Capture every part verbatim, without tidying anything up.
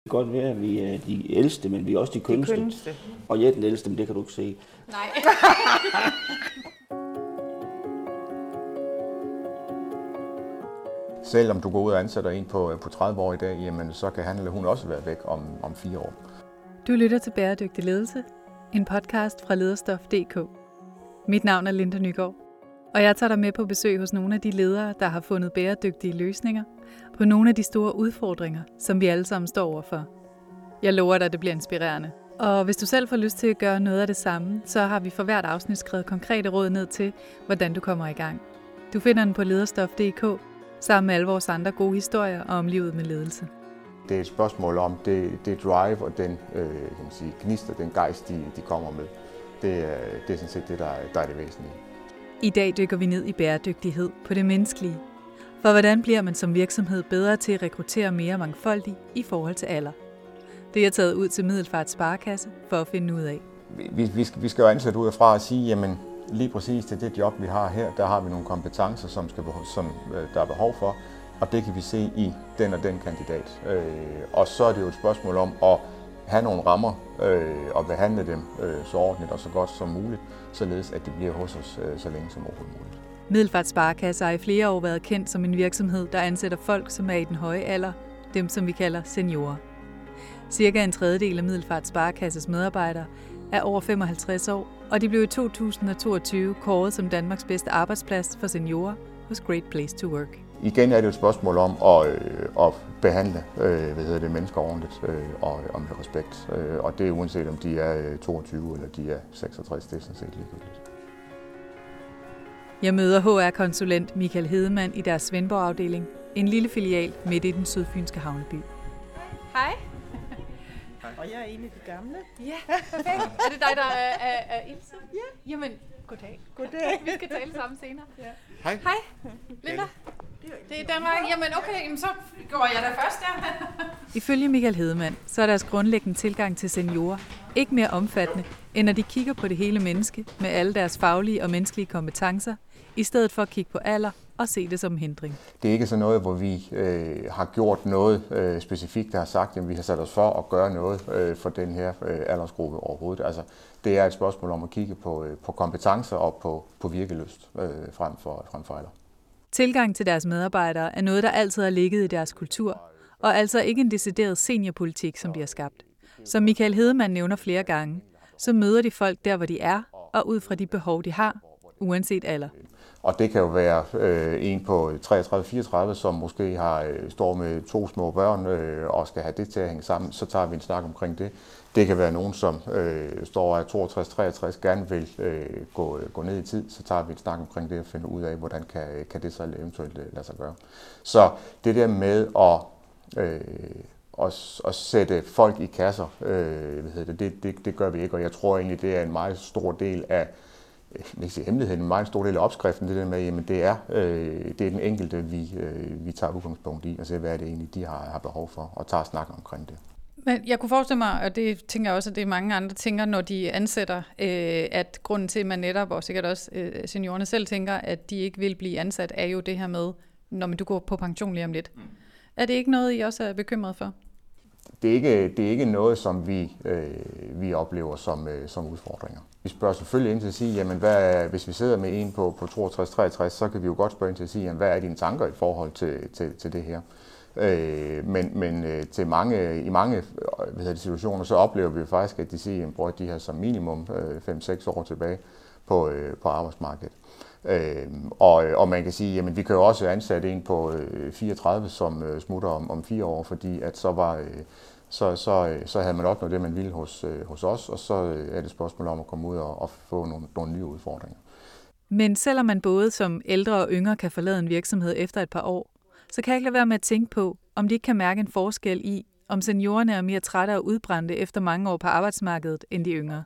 Det kan godt være, at vi er de ældste, men vi er også de kønneste. De kønneste. Og jeg er den ældste, men det kan du ikke se. Nej. Selvom du går ud og ansætter en på, på tredive år i dag, jamen, så kan han eller hun også være væk om, om fire år. Du lytter til Bæredygtig Ledelse, en podcast fra lederstof punktum d k. Mit navn er Linda Nygaard, og jeg tager dig med på besøg hos nogle af de ledere, der har fundet bæredygtige løsninger på nogle af de store udfordringer, som vi alle sammen står overfor. Jeg lover dig, at det bliver inspirerende. Og hvis du selv får lyst til at gøre noget af det samme, så har vi for hvert afsnit skrevet konkrete råd ned til, hvordan du kommer i gang. Du finder den på lederstof punktum d k, sammen med alle vores andre gode historier om livet med ledelse. Det er et spørgsmål om det, det drive og den øh, kan man sige, gnist og den gejst, de, de kommer med. Det, er, det er sådan set det, der, der er det væsentlige. I dag dykker vi ned i bæredygtighed på det menneskelige. For hvordan bliver man som virksomhed bedre til at rekruttere mere mangfoldigt i forhold til alder? Det er taget ud til Middelfart Sparekasse for at finde ud af. Vi, vi, skal, vi skal jo ansætte ud fra at sige, jamen lige præcis til det job, vi har her, der har vi nogle kompetencer, som, skal, som øh, der er behov for, og det kan vi se i den og den kandidat. Øh, og så er det jo et spørgsmål om at have nogle rammer øh, og behandle dem øh, så ordentligt og så godt som muligt, således at de bliver hos os øh, så længe som overhovedet muligt. Middelfart Sparekasse har i flere år været kendt som en virksomhed, der ansætter folk, som er i den høje alder, dem som vi kalder seniorer. Cirka en tredjedel af Middelfart Sparekasses medarbejdere er over femoghalvtreds år, og de blev i to tusind og toogtyve kåret som Danmarks bedste arbejdsplads for seniorer hos Great Place to Work. Igen er det jo et spørgsmål om at, øh, at behandle øh, hvad hedder det, mennesker ordentligt øh, og, og med respekt. Øh, og det er uanset om de er toogtyve eller de er seksogtres, det er sådan set ligegyldigt. Jeg møder H R-konsulent Michael Hedemann i deres Svendborg-afdeling, en lille filial midt i den sydfynske havneby. Hej. Og jeg er en af de gamle. Ja, perfekt. Er det dig, der er, er, er Ilse? Ja. Jamen, goddag. Goddag. Vi skal tale sammen senere. Ja. Hej. Hej, Linda. Det er Danmark. Jamen okay, jamen, så går jeg da først der. Ifølge Michael Hedemann, så er deres grundlæggende tilgang til seniorer ikke mere omfattende, end når de kigger på det hele menneske med alle deres faglige og menneskelige kompetencer, i stedet for at kigge på alder og se det som en hindring. Det er ikke sådan noget, hvor vi øh, har gjort noget øh, specifikt, der har sagt, at vi har sat os for at gøre noget øh, for den her øh, aldersgruppe overhovedet. Altså, det er et spørgsmål om at kigge på, øh, på kompetencer og på, på virkelyst øh, frem for, frem for alder. Tilgang til deres medarbejdere er noget, der altid har ligget i deres kultur, og altså ikke en decideret seniorpolitik, som de har skabt. Som Michael Hedemann nævner flere gange, så møder de folk der, hvor de er, og ud fra de behov, de har, uanset alder. Og det kan jo være øh, en på treogtredive fireogtredive, som måske har, øh, står med to små børn øh, og skal have det til at hænge sammen. Så tager vi en snak omkring det. Det kan være nogen, som øh, står af toogtres treogtres, gerne vil øh, gå, gå ned i tid. Så tager vi en snak omkring det og finder ud af, hvordan kan, kan det så eventuelt lade sig gøre. Så det der med at, øh, at, at sætte folk i kasser, øh, hvad hedder det, det, det, det gør vi ikke. Og jeg tror egentlig, det er en meget stor del af ikke sige hemmeligheden, en meget stor del af opskriften, det der med, jamen det er, øh, det er den enkelte, vi, øh, vi tager udgangspunkt i, og ser, hvad er det egentlig, de har, har behov for, og tager snak omkring det. Men jeg kunne forestille mig, og det tænker jeg også, at det er mange andre tænker, når de ansætter, øh, at grunden til, at man netop, og sikkert også øh, seniorerne selv tænker, at de ikke vil blive ansat, er jo det her med, når man du går på pension lige om lidt. Mm. Er det ikke noget, I også er bekymret for? Det er ikke, det er ikke noget, som vi, øh, vi oplever som, øh, som udfordringer. Vi spørger selvfølgelig ind til at sige, jamen hvad er, hvis vi sidder med en på, på toogtres treogtres, så kan vi jo godt spørge ind til at sige, jamen, hvad er dine tanker i forhold til, til, til det her? Øh, men men øh, til mange, i mange hvad hedder det, situationer, så oplever vi jo faktisk, at de siger, at de har som minimum øh, fem seks år tilbage på, øh, på arbejdsmarkedet. Øh, og, og man kan sige, jamen vi kan jo også ansætte en på øh, fireogtredive, som øh, smutter om, om fire år, fordi at så var... Øh, Så, så, så havde man opnået det, man ville hos, hos os, og så er det et spørgsmål om at komme ud og, og få nogle, nogle nye udfordringer. Men selvom man både som ældre og yngre kan forlade en virksomhed efter et par år, så kan jeg ikke lade være med at tænke på, om de ikke kan mærke en forskel i, om seniorerne er mere trætte og udbrændte efter mange år på arbejdsmarkedet end de yngre.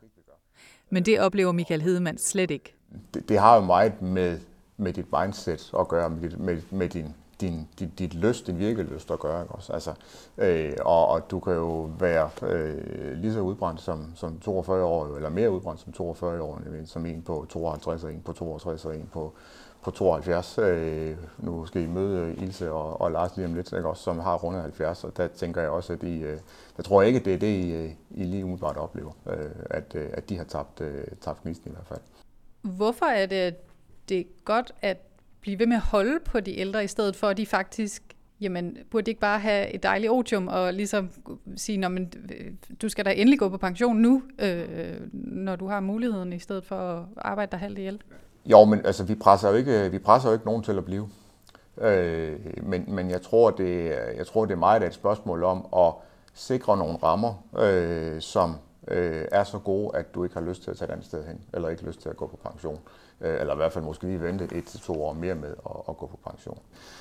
Men det oplever Michael Hedemann slet ikke. Det, det har jo meget med, med dit mindset at gøre, med, dit, med, med din Din, dit, dit lyst, din virkelyst at gøre. Ikke også? Altså, øh, og, og du kan jo være øh, lige så udbrændt som, som toogfyrre år, eller mere udbrændt som toogfyrre år, som en på tooghalvtreds, og en på toogtres, og en på, på tooghalvfjerds. Øh, nu skal I møde Ilse og, og Lars lige om lidt, ikke, også, som har rundet halvfjerds, og der tænker jeg også, at I, øh, jeg tror ikke, det er det, I, I lige umiddelbart oplever, øh, at, øh, at de har tabt, øh, tabt gnisten i hvert fald. Hvorfor er det, det er godt at blive ved med at holde på de ældre, i stedet for at de faktisk, jamen, burde de ikke bare have et dejligt otium og ligesom sige, nå, men du skal da endelig gå på pension nu, øh, når du har muligheden, i stedet for at arbejde dig halvt ihjel? Jo, men altså, vi presser jo ikke, vi presser jo ikke nogen til at blive. Øh, men, men jeg tror, det, jeg tror, det er meget et spørgsmål om at sikre nogle rammer, øh, som øh, er så gode, at du ikke har lyst til at tage et andet sted hen, eller ikke lyst til at gå på pension. Øh, eller i hvert fald måske lige vente et til to år mere med at, at gå på pension.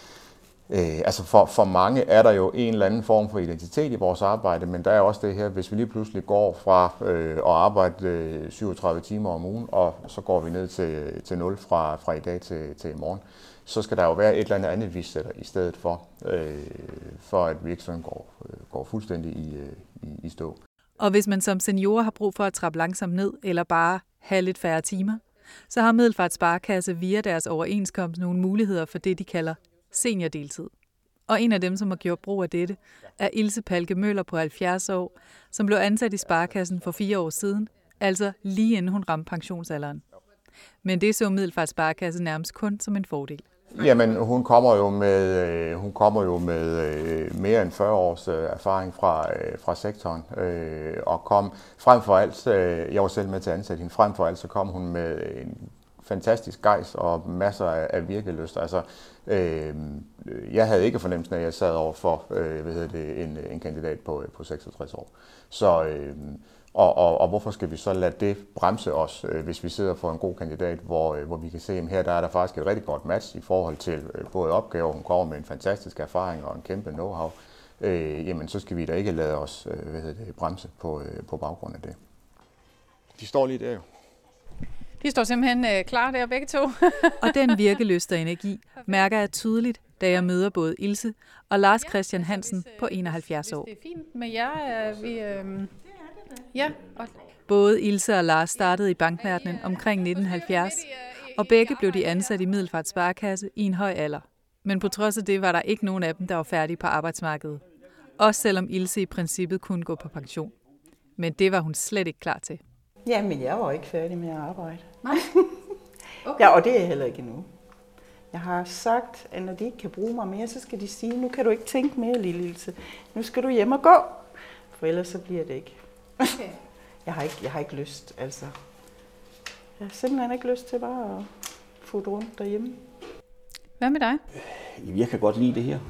Øh, altså for, for mange er der jo en eller anden form for identitet i vores arbejde, men der er også det her, hvis vi lige pludselig går fra øh, at arbejde øh, syvogtredive timer om ugen, og så går vi ned til, til nul fra, fra i dag til, til i morgen, så skal der jo være et eller andet andet, vi sætter i stedet for, øh, for at vi ikke sådan går, går fuldstændig i, i, i stå. Og hvis man som senior har brug for at trappe langsomt ned, eller bare have lidt færre timer, så har Middelfart Sparekasse via deres overenskomst nogle muligheder for det, de kalder seniordeltid. Og en af dem, som har gjort brug af dette, er Ilse Palke Møller på halvfjerds år, som blev ansat i Sparekassen for fire år siden, altså lige inden hun ramte pensionsalderen. Men det så Middelfart Sparekasse nærmest kun som en fordel. Jamen, hun kommer jo med, hun kommer jo med mere end fyrre års erfaring fra, fra sektoren, og kom frem for alt, jeg var selv med til at ansætte hende, frem for alt så kom hun med en fantastisk gejst og masser af virkelyst. Altså, øh, jeg havde ikke fornemmelsen af, at jeg sad over for øh, hvad hedder det, en, en kandidat på, på seksogtres år. Så, øh, og, og, og hvorfor skal vi så lade det bremse os, øh, hvis vi sidder for en god kandidat, hvor, øh, hvor vi kan se, at her der er der faktisk et rigtig godt match i forhold til øh, både opgaver, hun kommer med en fantastisk erfaring og en kæmpe know-how, øh, jamen så skal vi da ikke lade os øh, hvad hedder det, bremse på, øh, på baggrund af det. De står lige der jo. De står simpelthen øh, klar der begge to. Og den virkelyst og energi mærker jeg tydeligt, da jeg møder både Ilse og Lars Christian Hansen på enoghalvfjerds år. Det er fint med jer. Øh, vi, øh, ja. Og både Ilse og Lars startede i bankverdenen omkring nitten halvfjerds, og begge blev de ansat i Middelfart Sparekasse i en høj alder. Men på trods af det var der ikke nogen af dem, der var færdige på arbejdsmarkedet. Også selvom Ilse i princippet kunne gå på pension. Men det var hun slet ikke klar til. Ja, men jeg var ikke færdig med at arbejde. Nej. Okay. Ja, og det er jeg heller ikke endnu. Jeg har sagt, at når de ikke kan bruge mig mere, så skal de sige, nu kan du ikke tænke mere, lille Ilse. Nu skal du hjem og gå, for ellers så bliver det ikke. Okay. Jeg har ikke, jeg har ikke lyst, altså. Jeg har simpelthen ikke lyst til bare at få rundt derhjemme. Hvad med dig? Jeg kan godt lide det her.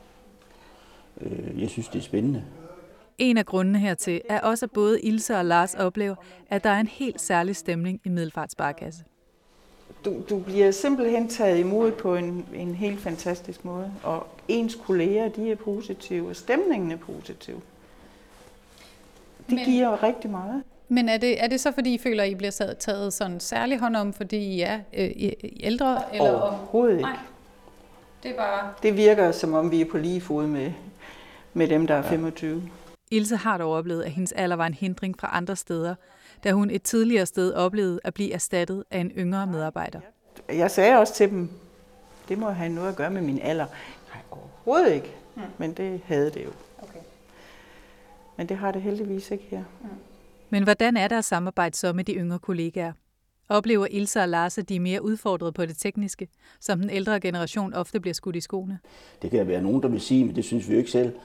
Jeg synes, det er spændende. En af grundene hertil er også, at både Ilse og Lars oplever, at der er en helt særlig stemning i Middelfart Sparekasse. Du, du bliver simpelthen taget imod på en, en helt fantastisk måde, og ens kolleger, de er positive, og stemningen er positiv. Det men, giver rigtig meget. Men er det, er det så, fordi I føler, at I bliver taget sådan særlig hånd om, fordi I er øh, ældre? Eller overhovedet ikke. Nej, det er bare... Det virker, som om vi er på lige fod med, med dem, der er femogtyve. Ilse har dog oplevet, at hendes alder var en hindring fra andre steder, da hun et tidligere sted oplevede at blive erstattet af en yngre medarbejder. Jeg sagde også til dem, det må have noget at gøre med min alder. Nej, overhovedet ikke, mm. men det havde det jo. Okay. Men det har det heldigvis ikke her. Mm. Men hvordan er der at samarbejde så med de yngre kollegaer? Oplever Ilse og Lars, at de er mere udfordret på det tekniske, som den ældre generation ofte bliver skudt i skoene? Det kan der være nogen, der vil sige, men det synes vi jo ikke selv.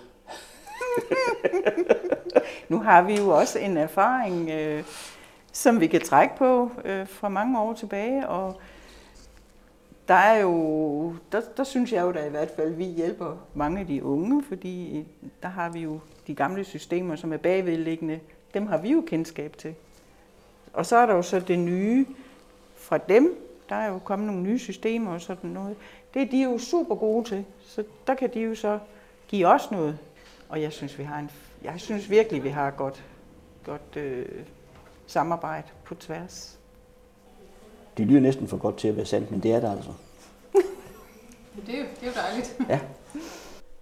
Nu har vi jo også en erfaring, øh, som vi kan trække på øh, fra mange år tilbage, og der er jo, der, der synes jeg jo da i hvert fald, vi hjælper mange af de unge, fordi der har vi jo de gamle systemer, som er bagvedliggende, dem har vi jo kendskab til. Og så er der jo så det nye fra dem, der er jo kommet nogle nye systemer og sådan noget. Det er de jo super gode til, så der kan de jo så give os noget. Og jeg synes, vi har en, jeg synes virkelig, vi har et godt, godt øh, samarbejde på tværs. Det lyder næsten for godt til at være sandt, men det er det altså. det, er jo, det er jo dejligt. Ja.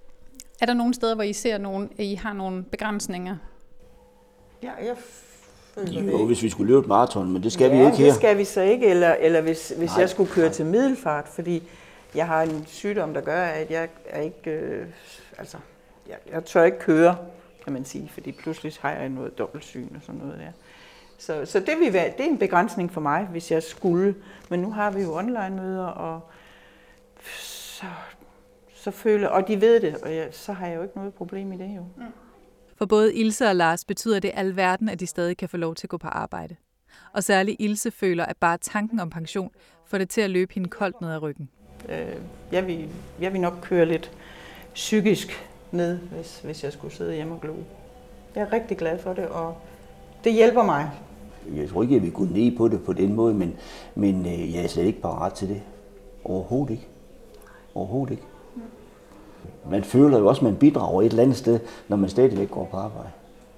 Er der nogle steder, hvor I ser, nogen, at I har nogle begrænsninger? Ja, jeg Jo, hvis vi skulle løbe et maraton, men det skal ja, vi jo ikke her. det skal vi så ikke, eller, eller hvis, hvis Nej, jeg skulle køre nej. til Middelfart, fordi jeg har en sygdom, der gør, at jeg er ikke, øh, altså, jeg, jeg tør ikke køre, kan man sige, fordi pludselig har jeg noget dobbeltsyn og sådan noget der. Så, så det, vil være, det er en begrænsning for mig, hvis jeg skulle. Men nu har vi jo online-møder, og så, så føler, og de ved det, og jeg, så har jeg jo ikke noget problem i det jo. Mm. For både Ilse og Lars betyder det alverden, at de stadig kan få lov til at gå på arbejde. Og særligt Ilse føler, at bare tanken om pension får det til at løbe hende koldt ned ad ryggen. Øh, jeg, vil, jeg vil nok køre lidt psykisk ned, hvis, hvis jeg skulle sidde hjemme og glo. Jeg er rigtig glad for det, og det hjælper mig. Jeg tror ikke, at vi kunne ned på det på den måde, men, men øh, jeg er slet ikke parat til det. Overhovedet ikke. Overhovedet ikke. Man føler jo også, at man bidrager et eller andet sted, når man stadigvæk går på arbejde.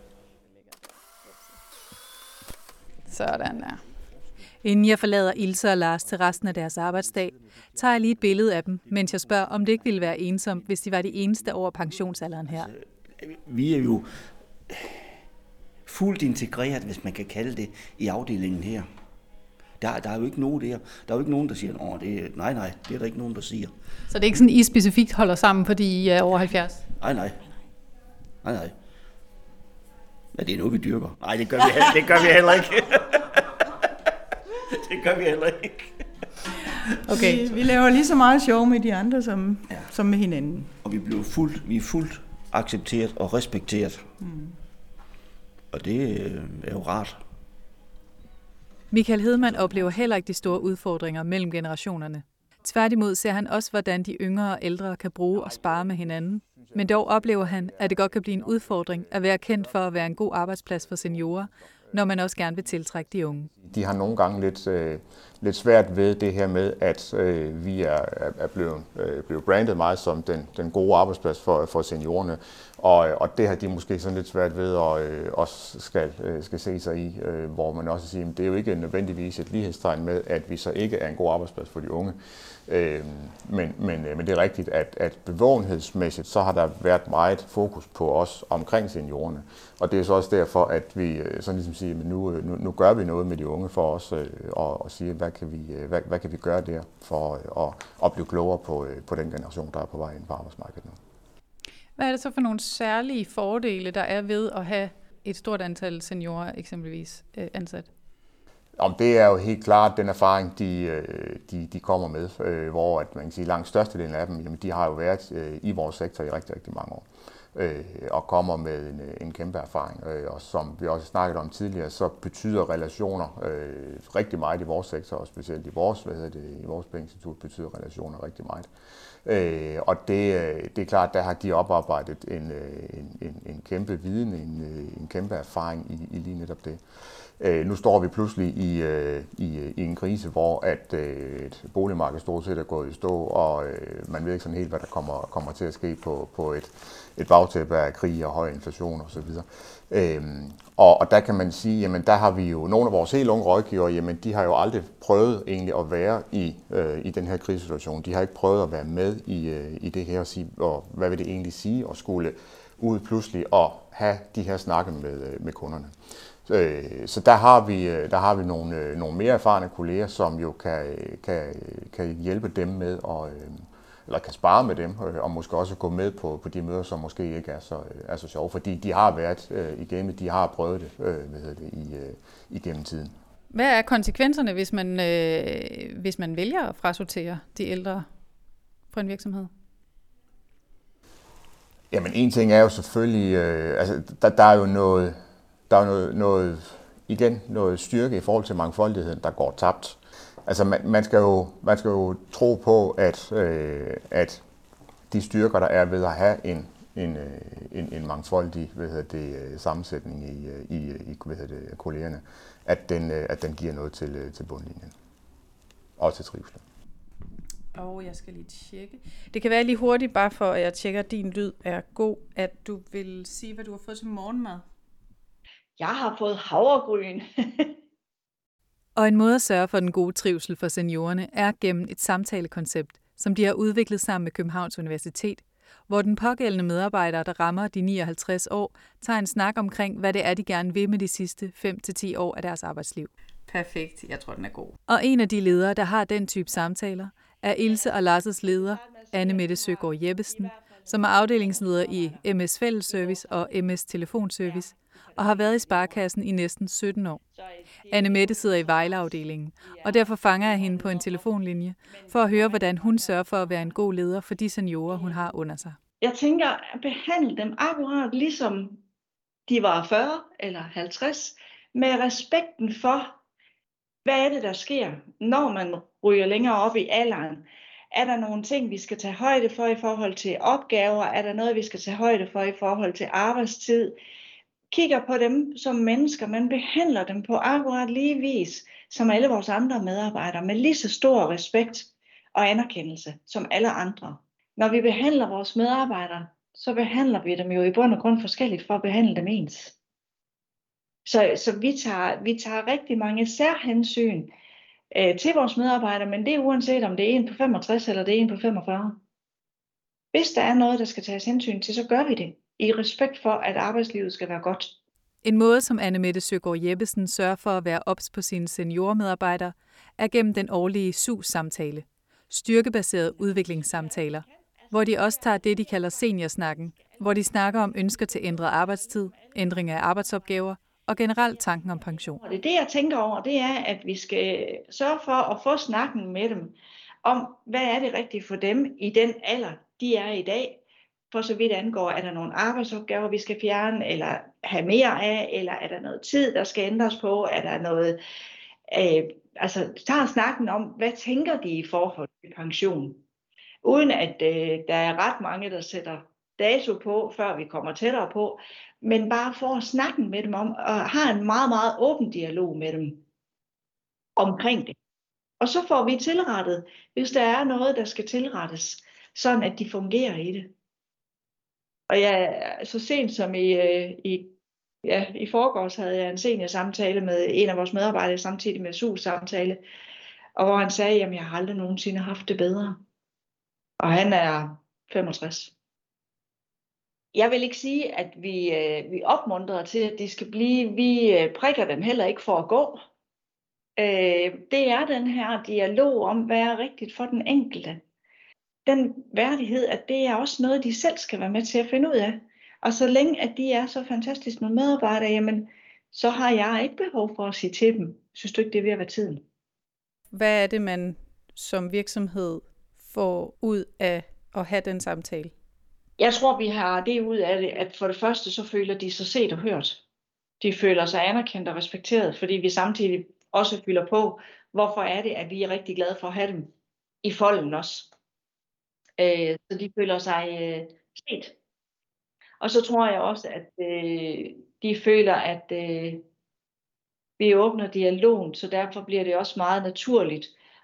Sådan der. Inden jeg forlader Ilse og Lars til resten af deres arbejdsdag, tager jeg lige et billede af dem, mens jeg spørger, om det ikke ville være ensomt, hvis de var de eneste over pensionsalderen her. Vi er jo fuldt integreret, hvis man kan kalde det, i afdelingen her. Der, der er jo ikke nogen der. Der er jo ikke nogen, der siger, Åh, det er, nej, nej, det er der ikke nogen, der siger. Så det er ikke sådan, I specifikt holder sammen, fordi I er over halvfjerds? Nej, nej. Nej, nej. Men det er noget, vi dyrker. Nej, det gør vi, heller, det gør vi heller ikke. Det gør vi heller ikke. Okay. Vi, vi laver lige så meget sjov med de andre, som, ja. som med hinanden. Og vi bliver fuldt, vi er fuldt accepteret og respekteret. Mm. Og det er jo rart. Michael Hedman oplever heller ikke de store udfordringer mellem generationerne. Tværtimod ser han også, hvordan de yngre og ældre kan bruge og spare med hinanden. Men dog oplever han, at det godt kan blive en udfordring at være kendt for at være en god arbejdsplads for seniorer, når man også gerne vil tiltrække de unge. De har nogle gange lidt, øh, lidt svært ved det her med, at øh, vi er, er blevet, øh, blevet brandet meget som den, den gode arbejdsplads for, for seniorerne. Og, og det har de måske sådan lidt svært ved at øh, også skal, øh, skal se sig i, øh, hvor man også siger, at det er jo ikke nødvendigvis et lighedstegn med, at vi så ikke er en god arbejdsplads for de unge. Øh, men, men, men det er rigtigt, at, at bevågenhedsmæssigt, så har der været meget fokus på os omkring seniorerne. Og det er så også derfor, at vi sådan ligesom siger, at nu, nu, nu gør vi noget med de unge for os, øh, og, og sige, hvad kan, vi, hvad, hvad kan vi gøre der for øh, at, at blive klogere på, øh, på den generation, der er på vej ind på arbejdsmarkedet nu. Hvad er det så for nogle særlige fordele, der er ved at have et stort antal seniorer eksempelvis øh, ansat? Om det er jo helt klart den erfaring, de, de, de kommer med, øh, hvor at man kan sige, langt størstedelen af dem, jamen, de har jo været øh, i vores sektor i rigtig, rigtig mange år, øh, og kommer med en, en kæmpe erfaring. Øh, og som vi også snakket om tidligere, så betyder relationer øh, rigtig meget i vores sektor, og specielt i vores, hvad hedder det, i vores pengeinstitut betyder relationer rigtig meget. Øh, og det, det er klart, der har de oparbejdet en, en, en, en kæmpe viden, en, en kæmpe erfaring i, i lige netop det. Øh, nu står vi pludselig i, i, i en krise, hvor at, et boligmarked stort set er gået i stå, og man ved ikke sådan helt, hvad der kommer, kommer til at ske på, på et, et bagtæppe af krig og høj inflation osv. Øhm, og, og der kan man sige, jamen der har vi jo, nogle af vores helt unge rådgivere, jamen de har jo aldrig prøvet egentlig at være i, øh, i den her krisesituation. De har ikke prøvet at være med i, øh, i det her og sige, og hvad vil det egentlig sige at skulle ud pludselig og have de her snakke med, med kunderne. Så der har vi, der har vi nogle, nogle mere erfarne kolleger, som jo kan, kan, kan hjælpe dem med, og, eller kan spare med dem, og måske også gå med på, på de møder, som måske ikke er så, er så sjove, fordi de har været igennem, de har prøvet det, hvad hedder det i, igennem tiden. Hvad er konsekvenserne, hvis man, øh, hvis man vælger at frasortere de ældre fra en virksomhed? Jamen en ting er jo selvfølgelig, øh, altså der, der er jo noget, der er noget, noget, igen noget styrke i forhold til mangfoldigheden, der går tabt. Altså man, man, skal, jo, man skal jo tro på, at, øh, at de styrker, der er ved at have en, en, en, en mangfoldig hvad hedder det, sammensætning i, i, i hvad hedder det, kollegerne, at den, at den giver noget til, til bundlinjen og til trivsel. Og jeg skal lige tjekke. Det kan være lige hurtigt, bare for at jeg tjekker, at din lyd er god, at du vil sige, hvad du har fået til morgenmad. Jeg har fået havregryn. Og en måde at sørge for den gode trivsel for seniorerne er gennem et samtalekoncept, som de har udviklet sammen med Københavns Universitet, hvor den pågældende medarbejder, der rammer de nioghalvtreds år, tager en snak omkring, hvad det er, de gerne vil med de sidste fem til ti år af deres arbejdsliv. Perfekt. Jeg tror, den er god. Og en af de ledere, der har den type samtaler, er Ilse og Lars' leder, Anne Mette Søgaard Jeppesen, som er afdelingsleder i M S Fællesservice og M S Telefonservice, og har været i Sparekassen i næsten sytten år. Anne Mette sidder i Vejle-afdelingen, og derfor fanger jeg hende på en telefonlinje, for at høre, hvordan hun sørger for at være en god leder for de seniorer, hun har under sig. Jeg tænker at behandle dem akkurat ligesom de var fyrre eller halvtreds, med respekten for, hvad er det, der sker, når man ryger længere op i alderen. Er der nogle ting, vi skal tage højde for i forhold til opgaver? Er der noget, vi skal tage højde for i forhold til arbejdstid? Kigger på dem som mennesker, men behandler dem på akkurat lige vis, som alle vores andre medarbejdere, med lige så stor respekt og anerkendelse som alle andre. Når vi behandler vores medarbejdere, så behandler vi dem jo i bund og grund forskelligt for at behandle dem ens. Så, så vi, tager, vi tager rigtig mange særhensyn øh, til vores medarbejdere, men det er uanset om det er en på femogtres eller det er en på femogfyrre. Hvis der er noget, der skal tages hensyn til, så gør vi det i respekt for, at arbejdslivet skal være godt. En måde, som Anne Mette Søgaard Jeppesen sørger for at være ops på sine seniormedarbejdere, er gennem den årlige S U S-samtale, styrkebaserede udviklingssamtaler, hvor de også tager det, de kalder seniorsnakken, hvor de snakker om ønsker til ændret arbejdstid, ændring af arbejdsopgaver og generelt tanken om pension. Og det, det jeg tænker over, det er, at vi skal sørge for at få snakken med dem om, hvad er det rigtigt for dem i den alder, de er i dag. For så vidt angår, er der nogle arbejdsopgaver, vi skal fjerne, eller have mere af, eller er der noget tid, der skal ændres på, er der noget, øh, altså tager snakken om, hvad tænker de i forhold til pension, uden at øh, der er ret mange, der sætter dato på, før vi kommer tættere på, men bare får snakken med dem om, og har en meget, meget åben dialog med dem omkring det. Og så får vi tilrettet, hvis der er noget, der skal tilrettes, sådan at de fungerer i det. Og jeg, så sent som i, i, ja, i forgårs havde jeg en seniorsamtale med en af vores medarbejdere, samtidig med S U S-samtale, og hvor han sagde, at jeg har aldrig nogensinde haft det bedre. Og han er femogtres. Jeg vil ikke sige, at vi, vi opmuntrer til, at de skal blive. Vi prikker dem heller ikke for at gå. Det er den her dialog om, hvad er rigtigt for den enkelte. Den værdighed, at det er også noget, de selv skal være med til at finde ud af. Og så længe, at de er så fantastiske nogle medarbejdere, jamen, så har jeg ikke behov for at sige til dem, synes du ikke, det er ved at være tiden? Hvad er det, man som virksomhed får ud af at have den samtale? Jeg tror, vi har det ud af det, at for det første, så føler de sig set og hørt. De føler sig anerkendt og respekteret, fordi vi samtidig også fylder på, hvorfor er det, at vi er rigtig glade for at have dem i folden også. Så de føler sig øh, set. Og så tror jeg også, at øh, de føler, at øh, vi åbner dialogen, så derfor bliver det også meget naturligt,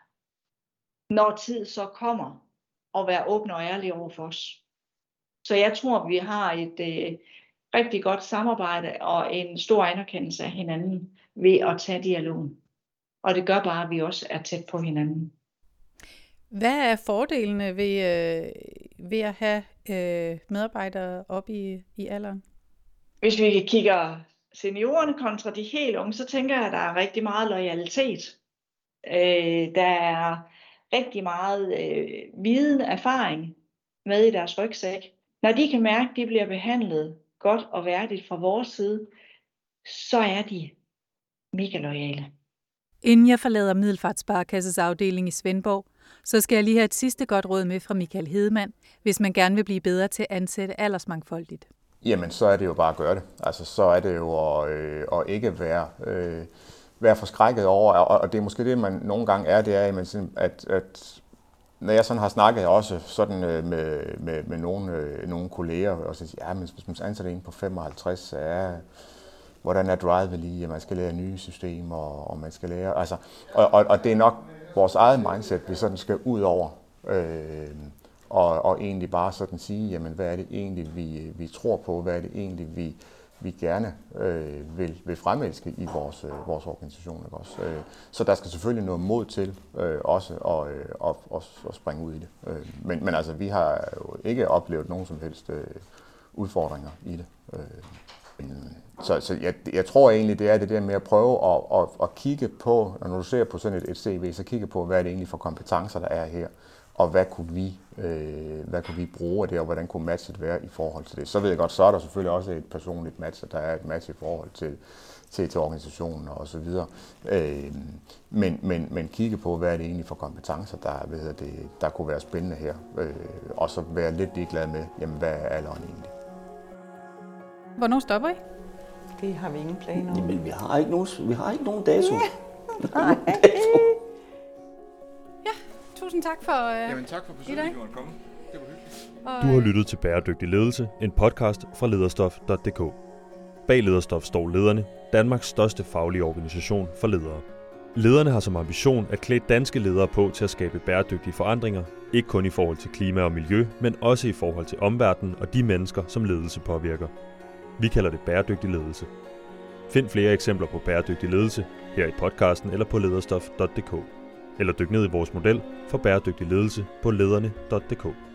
når tid så kommer, at være åbne og ærlige over for os. Så jeg tror, vi har et øh, rigtig godt samarbejde og en stor anerkendelse af hinanden ved at tage dialogen. Og det gør bare, at vi også er tæt på hinanden. Hvad er fordelene ved, øh, ved at have øh, medarbejdere op i, i alderen? Hvis vi kigger seniorerne kontra de helt unge, så tænker jeg, at der er rigtig meget loyalitet. Øh, der er rigtig meget øh, viden, erfaring med i deres rygsæk. Når de kan mærke, at de bliver behandlet godt og værdigt fra vores side, så er de mega loyale. Inden jeg forlader Middelfartsparekasses afdeling i Svendborg, så skal jeg lige have et sidste godt råd med fra Michael Hedemann, hvis man gerne vil blive bedre til at ansætte aldersmangfoldigt. Jamen, så er det jo bare at gøre det. Altså, så er det jo at, øh, at ikke være, øh, være forskrækket over, og, og det er måske det, man nogle gange er, det er, at, at når jeg sådan har snakket også sådan med, med, med nogle, øh, nogle kolleger, og så siger, ja, men hvis man ansætter en på femoghalvtreds, så er hvordan er drivet lige, at man skal lære nye systemer, og man skal lære, altså, og, og, og det er nok vores eget mindset, vi sådan skal ud over, øh, og, og egentlig bare sådan sige, jamen, hvad er det egentlig, vi, vi tror på, hvad er det egentlig, vi, vi gerne øh, vil, vil fremelske i vores, øh, vores organisation. Ikke også? Øh, så der skal selvfølgelig noget mod til øh, også at, øh, at, at, at springe ud i det. Øh, men, men altså, vi har jo ikke oplevet nogen som helst øh, udfordringer i det. Øh, Så, så jeg, jeg tror egentlig, det er det der med at prøve at, at, at kigge på, når du ser på sådan et, et C V, så kigge på, hvad er det egentlig for kompetencer, der er her, og hvad kunne vi, øh, hvad kunne vi bruge af det, og hvordan kunne matchet være i forhold til det. Så ved jeg godt, så er der selvfølgelig også et personligt match, og der er et match i forhold til, til, til organisationen og så videre. Øh, men, men, men kigge på, hvad er det egentlig for kompetencer, der, hvad hedder det, der kunne være spændende her, øh, og så være lidt ligeglad med, jamen, hvad er alderen egentlig. Hvornår stopper I? Det har vi ingen planer om. Jamen, vi har ikke nogen, vi har ikke nogen dato. Nej. Ja, tusind tak for øh, Jamen tak for besøget, at du måtte komme. Det var hyggeligt. og, Du har lyttet til Bæredygtig Ledelse, en podcast fra lederstof punktum d k. Bag Lederstof står lederne, Danmarks største faglige organisation for ledere. Lederne har som ambition at klæde danske ledere på til at skabe bæredygtige forandringer, ikke kun i forhold til klima og miljø, men også i forhold til omverdenen og de mennesker, som ledelse påvirker. Vi kalder det bæredygtig ledelse. Find flere eksempler på bæredygtig ledelse her i podcasten eller på lederstof punktum d k. Eller dyk ned i vores model for bæredygtig ledelse på lederne punktum d k.